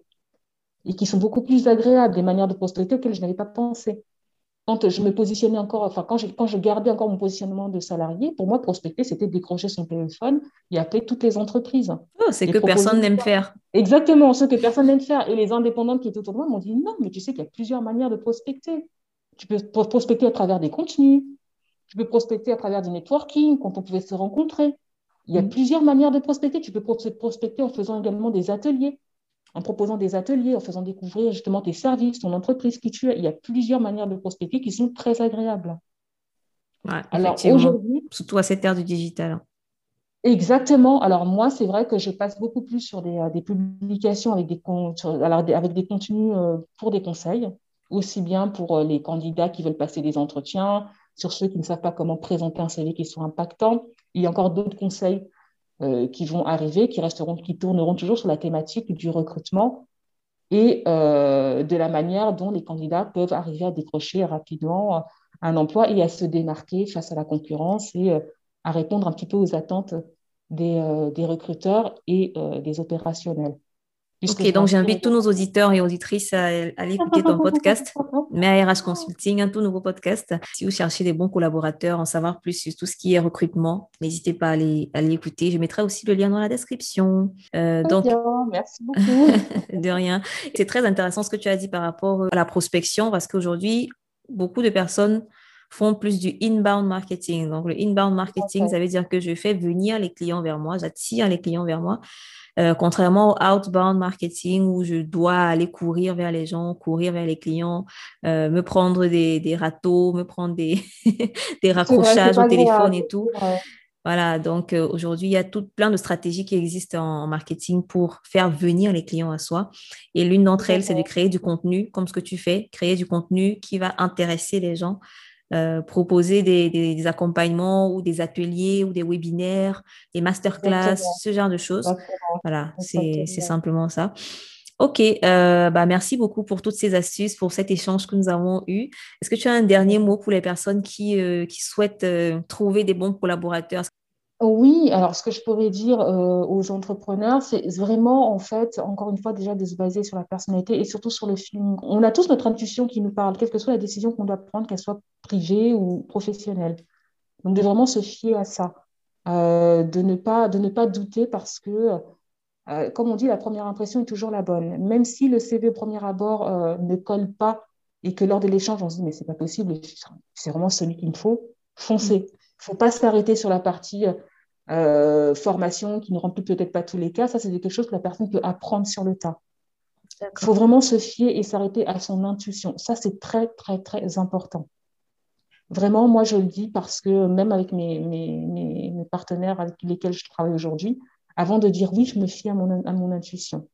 et qui sont beaucoup plus agréables, des manières de prospecter auxquelles je n'avais pas pensé. Quand je me positionnais encore, enfin, quand je, quand je gardais encore mon positionnement de salarié, pour moi, prospecter, c'était décrocher son téléphone et appeler toutes les entreprises Oh, c'est et que proposer personne n'aime faire. exactement ce que personne n'aime faire. Et les indépendantes qui étaient autour de moi m'ont dit non, mais tu sais qu'il y a plusieurs manières de prospecter. Tu peux pro- prospecter à travers des contenus, tu peux prospecter à travers du networking, quand on pouvait se rencontrer. Il y a Mm. plusieurs manières de prospecter. Tu peux pros- prospecter en faisant également des ateliers, en proposant des ateliers, en faisant découvrir justement tes services, ton entreprise, qui tu es. Il y a plusieurs manières de prospecter qui sont très agréables. Ouais, Alors effectivement. aujourd'hui, Surtout à cette ère du digital. exactement. Alors moi, c'est vrai que je passe beaucoup plus sur des, euh, des publications avec des, con- sur- alors, des- avec des contenus euh, pour des conseils, aussi bien pour euh, les candidats qui veulent passer des entretiens, sur ceux qui ne savent pas comment présenter un C V qui soit impactant. Il y a encore d'autres conseils euh, qui vont arriver, qui resteront, qui tourneront toujours sur la thématique du recrutement et euh, de la manière dont les candidats peuvent arriver à décrocher rapidement un emploi et à se démarquer face à la concurrence et euh, à répondre un petit peu aux attentes des, euh, des recruteurs et euh, des opérationnels. Puisque Ok, je donc m'inspire j'invite tous nos également. auditeurs et auditrices à, à aller écouter ton podcast, Mais R H Consulting, un tout nouveau podcast. Si vous cherchez des bons collaborateurs, en savoir plus sur tout ce qui est recrutement, n'hésitez pas à aller, à aller écouter. Je mettrai aussi le lien dans la description. Euh, Très donc, bien, merci beaucoup. de rien. C'est très intéressant ce que tu as dit par rapport à la prospection parce qu'aujourd'hui, beaucoup de personnes font plus du inbound marketing. Donc, le inbound marketing, ça veut dire que je fais venir les clients vers moi, j'attire les clients vers moi. Euh, contrairement au outbound marketing où je dois aller courir vers les gens, courir vers les clients, euh, me prendre des, des râteaux, me prendre des, des C'est vrai, c'est raccrochages au pas téléphone agréable. et tout. C'est vrai. Voilà, donc euh, aujourd'hui, il y a tout plein de stratégies qui existent en, en marketing pour faire venir les clients à soi. Et l'une Tout d'entre à elles, c'est de fait. créer du contenu, comme ce que tu fais, créer du contenu qui va intéresser les gens, euh, proposer des, des, des accompagnements ou des ateliers ou des webinaires, des masterclass, Exactement. ce genre de choses. Exactement. Voilà, c'est, c'est Exactement. simplement ça. Ok, euh, bah merci beaucoup pour toutes ces astuces, pour cet échange que nous avons eu. Est-ce que tu as un dernier mot pour les personnes qui, euh, qui souhaitent euh, trouver des bons collaborateurs? Oui, alors ce que je pourrais dire euh, aux entrepreneurs, c'est vraiment, en fait, encore une fois, déjà de se baser sur la personnalité et surtout sur le feeling. On a tous notre intuition qui nous parle, quelle que soit la décision qu'on doit prendre, qu'elle soit privée ou professionnelle. Donc, de vraiment se fier à ça, euh, de ne pas, de ne pas douter parce que, euh, comme on dit, la première impression est toujours la bonne. Même si le C V au premier abord euh, ne colle pas et que lors de l'échange, on se dit, mais c'est pas possible, c'est vraiment celui qu'il me faut, Mm. foncez. Il ne faut pas s'arrêter sur la partie euh, formation qui ne remplit peut-être pas tous les cas. Ça, c'est quelque chose que la personne peut apprendre sur le tas. Il faut D'accord. vraiment se fier et s'arrêter à son intuition. Ça, c'est très, très, très important. Vraiment, moi, je le dis parce que même avec mes, mes, mes, mes partenaires avec lesquels je travaille aujourd'hui, avant de dire oui, je me fie à mon, à mon intuition.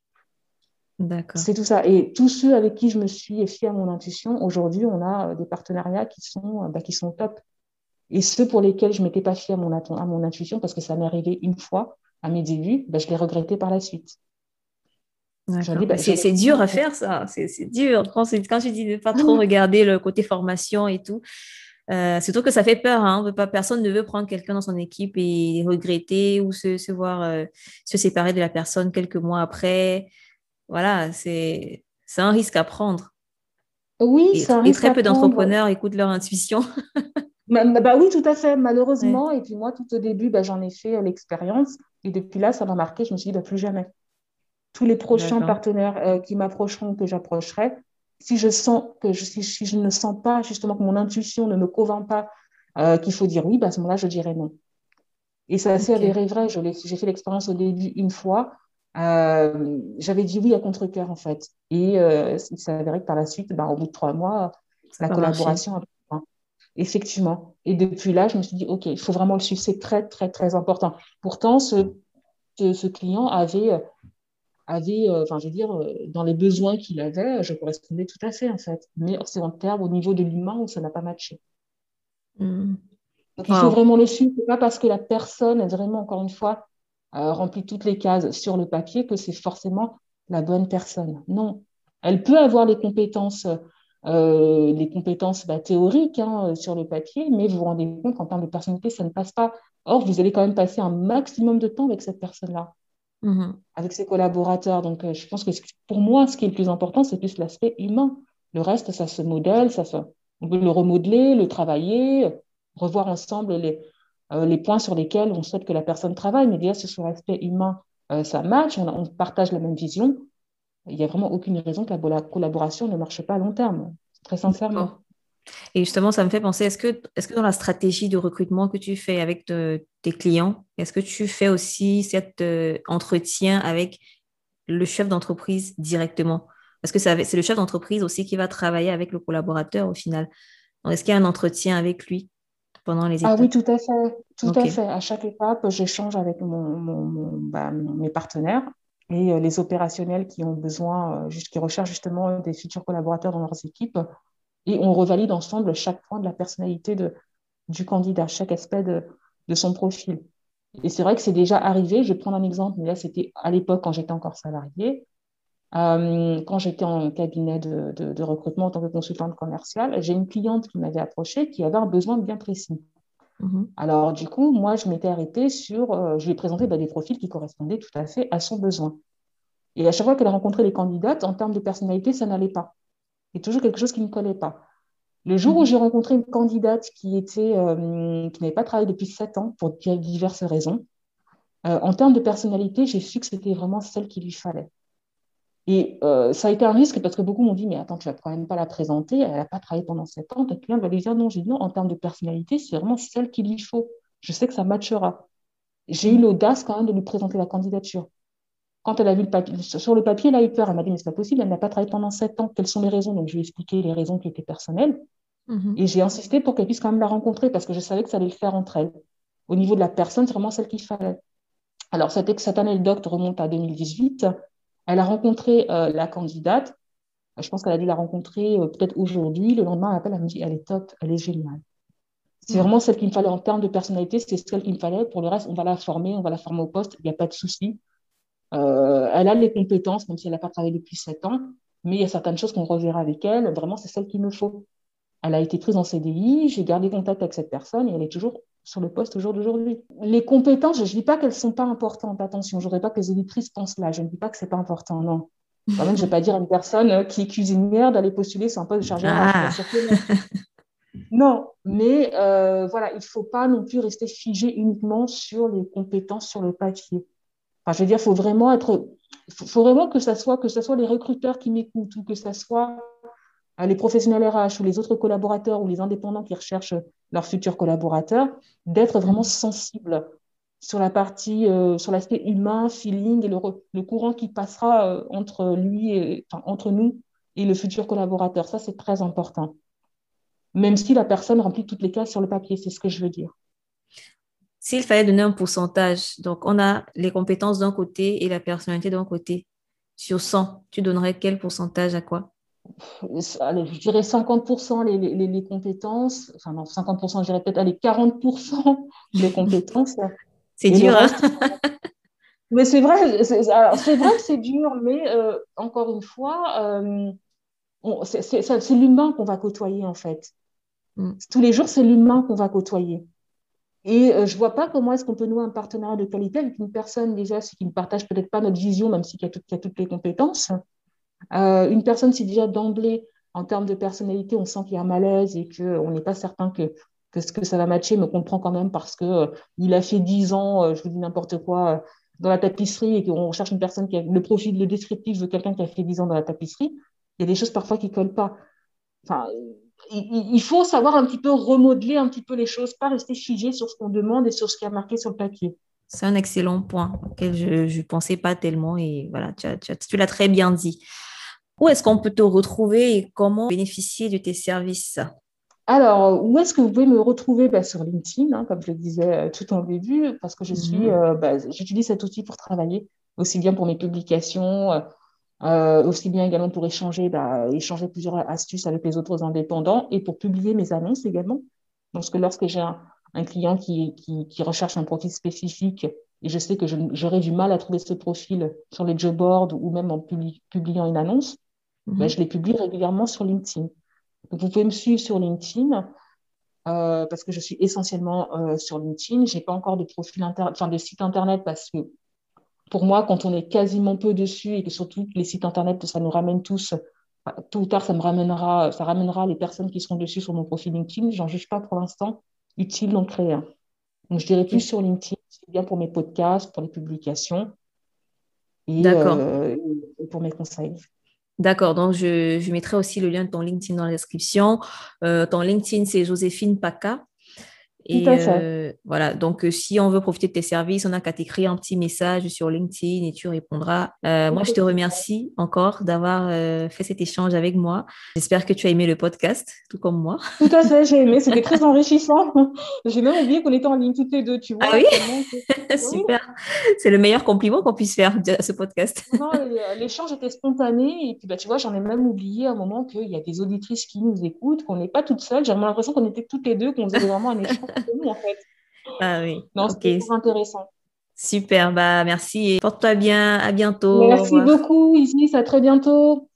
D'accord. C'est tout ça. Et tous ceux avec qui je me suis fiée à mon intuition, aujourd'hui, on a des partenariats qui sont, bah, qui sont top. Et ceux pour lesquels je ne m'étais pas fiée à mon, à mon intuition, parce que ça m'est arrivé une fois à mes débuts, bah, je l'ai regretté par la suite. Je me D'accord. dis, Mais bah, c'est, j'aurais c'est dur à dû. faire, ça. C'est, c'est dur. Quand, c'est- quand je dis de ne pas trop regarder le côté formation et tout, euh, surtout que ça fait peur, hein. On veut pas, personne ne veut prendre quelqu'un dans son équipe et regretter ou se, se voir euh, se séparer de la personne quelques mois après. Voilà, c'est, c'est un risque à prendre. Oui, Et, c'est un et risque très à peu prendre. d'entrepreneurs écoutent leur intuition. Bah, bah oui, tout à fait, Ouais, malheureusement. Et puis moi, tout au début, bah, j'en ai fait euh, l'expérience. Et depuis là, ça m'a marqué. Je me suis dit, bah, plus jamais. Tous les prochains d'accord. partenaires euh, qui m'approcheront, que j'approcherai, si je sens que je, si, si je ne sens pas justement que mon intuition ne me convainc pas euh, qu'il faut dire oui, bah, à ce moment-là, je dirais non. Et ça s'est Ok. avéré vrai. Je l'ai- j'ai fait l'expérience au début une fois. Euh, j'avais dit oui à contre-cœur, en fait. Et euh, il s'est avéré que par la suite, ben, au bout de trois mois, Ça n'a la pas marché. collaboration a pris fin. Effectivement. Et depuis là, je me suis dit, OK, il faut vraiment le suivre. C'est très, très, très important. Pourtant, ce, ce, ce client avait, avait euh, enfin, je veux dire, euh, dans les besoins qu'il avait, je correspondais tout à fait, en fait. Mais c'est en termes au niveau de l'humain où ça n'a pas matché. Hmm. Donc, il faut Wow. vraiment le suivre. C'est pas parce que la personne est vraiment, encore une fois, euh, remplit toutes les cases sur le papier que c'est forcément la bonne personne. Non. Elle peut avoir les compétences, euh, les compétences bah, théoriques hein, sur le papier, mais vous vous rendez compte qu'en termes de personnalité, ça ne passe pas. Or, vous allez quand même passer un maximum de temps avec cette personne-là, Mhm. avec ses collaborateurs. Donc, euh, je pense que pour moi, ce qui est le plus important, c'est plus l'aspect humain. Le reste, ça se modèle, ça se... on peut le remodeler, le travailler, revoir ensemble les, euh, les points sur lesquels on souhaite que la personne travaille. Mais déjà, c'est sur l'aspect humain, euh, ça match, on, a- on partage la même vision. Il n'y a vraiment aucune raison que la, la collaboration ne marche pas à long terme, très sincèrement. D'accord. Et justement, ça me fait penser, est-ce que, est-ce que dans la stratégie de recrutement que tu fais avec te- tes clients, est-ce que tu fais aussi cet euh, entretien avec le chef d'entreprise directement? Parce que c'est avec- c'est le chef d'entreprise aussi qui va travailler avec le collaborateur au final. Donc, est-ce qu'il y a un entretien avec lui pendant les Ah oui, étapes? tout à fait, tout Ok. à fait. À chaque étape, j'échange avec mon, mon- mon- bah, mes partenaires et euh, les opérationnels qui ont besoin, euh, juste- qui recherchent justement des futurs collaborateurs dans leurs équipes. Et on revalide ensemble chaque point de la personnalité de, du candidat, chaque aspect de, de son profil. Et c'est vrai que c'est déjà arrivé. Je vais prendre un exemple, mais là, c'était à l'époque quand j'étais encore salariée. Euh, quand j'étais en cabinet de, de, de recrutement en tant que consultante commerciale, j'ai une cliente qui m'avait approchée qui avait un besoin bien précis. Mhm. Alors, du coup, moi, je m'étais arrêtée sur, euh, je lui ai présenté bah, des profils qui correspondaient tout à fait à son besoin. Et à chaque fois qu'elle rencontrait les candidates, en termes de personnalité, ça n'allait pas. Il y a toujours quelque chose qui ne collait pas. Le jour où Mhm. j'ai rencontré une candidate qui était, euh, qui n'avait pas travaillé depuis sept ans pour diverses raisons, euh, en termes de personnalité, j'ai su que c'était vraiment celle qu'il lui fallait. Et euh, ça a été un risque parce que beaucoup m'ont dit, mais attends, tu vas quand même pas la présenter, elle n'a pas travaillé pendant sept ans, ta cliente va lui dire non. J'ai dit non, en termes de personnalité, c'est vraiment celle qu'il lui faut. Je sais que ça matchera. J'ai eu Mhm. l'audace quand même de lui présenter la candidature. Quand elle a vu le papier, sur le papier, elle a eu peur. Elle m'a dit, mais c'est pas possible, elle n'a pas travaillé pendant sept ans. Quelles sont les raisons? Donc, je lui ai expliqué les raisons qui étaient personnelles. Mhm. Et j'ai insisté pour qu'elle puisse quand même la rencontrer parce que je savais que ça allait le faire entre elles. Au niveau de la personne, c'est vraiment celle qu'il fallait. Alors, cette, cette anecdote remonte à deux mille dix-huit. Elle a rencontré euh, la candidate. Je pense qu'elle a dû la rencontrer euh, peut-être aujourd'hui. Le lendemain, elle m'appelle, elle me dit, elle est top, elle est géniale. C'est Mhm. vraiment celle qu'il me fallait en termes de personnalité, c'est celle qu'il me fallait. Pour le reste, on va la former, on va la former au poste, il n'y a pas de souci. Euh, elle a les compétences, même si elle n'a pas travaillé depuis sept ans, mais il y a certaines choses qu'on reverra avec elle. Vraiment, c'est celle qu'il me faut. Elle a été prise en C D I, j'ai gardé contact avec cette personne et elle est toujours sur le poste au jour d'aujourd'hui. Les compétences, je ne dis pas qu'elles ne sont pas importantes, attention, je ne voudrais pas que les éditrices pensent là, je ne dis pas que ce n'est pas important, non. Quand même, je ne vais pas dire à une personne euh, qui est cuisinière d'aller postuler sur un poste de chargé R H, bien Ah. sûr que non. Non, mais euh, voilà, il ne faut pas non plus rester figé uniquement sur les compétences sur le papier. Enfin, je veux dire, il faut vraiment être, faut, faut vraiment que ça soit, que ce soit les recruteurs qui m'écoutent ou que ce soit euh, les professionnels R H ou les autres collaborateurs ou les indépendants qui recherchent leurs futurs collaborateurs, d'être vraiment Mhm. sensibles sur la partie, euh, sur l'aspect humain, feeling et le, le courant qui passera euh, entre lui et, enfin, entre nous et le futur collaborateur. Ça, c'est très important. Même si la personne remplit toutes les cases sur le papier, c'est ce que je veux dire. S'il fallait donner un pourcentage, donc on a les compétences d'un côté et la personnalité d'un côté. Sur cent, tu donnerais quel pourcentage à quoi? Allez, je dirais cinquante pour cent les, les, les compétences, enfin non, cinquante pour cent, je dirais peut-être allez, quarante pour cent les compétences C'est et le dur, hein? reste. Mais c'est vrai, c'est alors, c'est vrai que c'est dur, mais euh, encore une fois, euh, on- c'est c'est- c'est- c'est l'humain qu'on va côtoyer en fait. Mm. Tous les jours, c'est l'humain qu'on va côtoyer. Et euh, je ne vois pas comment est-ce qu'on peut nouer un partenariat de qualité avec une personne déjà qui ne partage peut-être pas notre vision, même s'il y a, tout- qu'il y a toutes les compétences. Euh, une personne, si déjà d'emblée, en termes de personnalité, on sent qu'il y a un malaise et qu'on n'est pas certain que, que, ce que ça va matcher, mais qu'on le prend quand même parce qu'il euh, il a fait dix ans, euh, je vous dis n'importe quoi, euh, dans la tapisserie et qu'on cherche une personne qui a le profil, le descriptif de quelqu'un qui a fait dix ans dans la tapisserie, il y a des choses parfois qui ne collent pas. Enfin, il, il faut savoir un petit peu remodeler un petit peu les choses, pas rester figé sur ce qu'on demande et sur ce qui est marqué sur le papier. C'est un excellent point auquel je ne pensais pas tellement et voilà, tu, as- tu as- tu l'as très bien dit. Où est-ce qu'on peut te retrouver et comment bénéficier de tes services? Alors, où est-ce que vous pouvez me retrouver? Bah, sur LinkedIn, hein, comme je le disais euh, tout en début, parce que je suis, Mhm. euh, bah, j'utilise cet outil pour travailler, aussi bien pour mes publications, euh, euh, aussi bien également pour échanger, bah, échanger plusieurs astuces avec les autres indépendants et pour publier mes annonces également. Donc, que lorsque j'ai un, un client qui, qui, qui recherche un profil spécifique et je sais que je- j'aurai du mal à trouver ce profil sur les job boards ou même en publi- publiant une annonce, bah, je Mhm. les publie régulièrement sur LinkedIn. Donc, vous pouvez me suivre sur LinkedIn euh, parce que je suis essentiellement euh, sur LinkedIn. J'ai pas encore de profil inter... enfin, de site internet parce que pour moi, quand on est quasiment peu dessus et que surtout les sites internet, ça nous ramène tous, enfin, tôt ou tard, ça me ramènera, ça ramènera les personnes qui seront dessus sur mon profil LinkedIn. J'en juge pas pour l'instant utile d'en créer un. Donc, je dirais plus sur LinkedIn, c'est bien pour mes podcasts, pour les publications et, D'accord. euh, et pour mes conseils. D'accord. Donc, je, je mettrai aussi le lien de ton LinkedIn dans la description. Euh, ton LinkedIn, c'est Joséphine Paca. Tout Et à fait. euh, voilà, donc euh, si on veut profiter de tes services, on n'a qu'à t'écrire un petit message sur LinkedIn et tu répondras. Euh, moi, je te Effectivement. remercie encore d'avoir euh, fait cet échange avec moi. J'espère que tu as aimé le podcast, tout comme moi. Tout à fait, j'ai aimé, c'était très enrichissant. J'ai même oublié qu'on était en ligne toutes les deux, tu Ah vois, oui, tellement que... Oui, super. C'est le meilleur compliment qu'on puisse faire à ce podcast. non, l'échange était spontané et puis bah, tu vois, j'en ai même oublié à un moment qu'il y a des auditrices qui nous écoutent, qu'on n'est pas toutes seules. J'ai vraiment l'impression qu'on était toutes les deux, qu'on faisait vraiment un échange entre nous en fait. Ah oui, Non, ok. c'était très intéressant. Super, bah merci et porte-toi bien. À bientôt. Au Merci revoir. beaucoup, Isis, à très bientôt.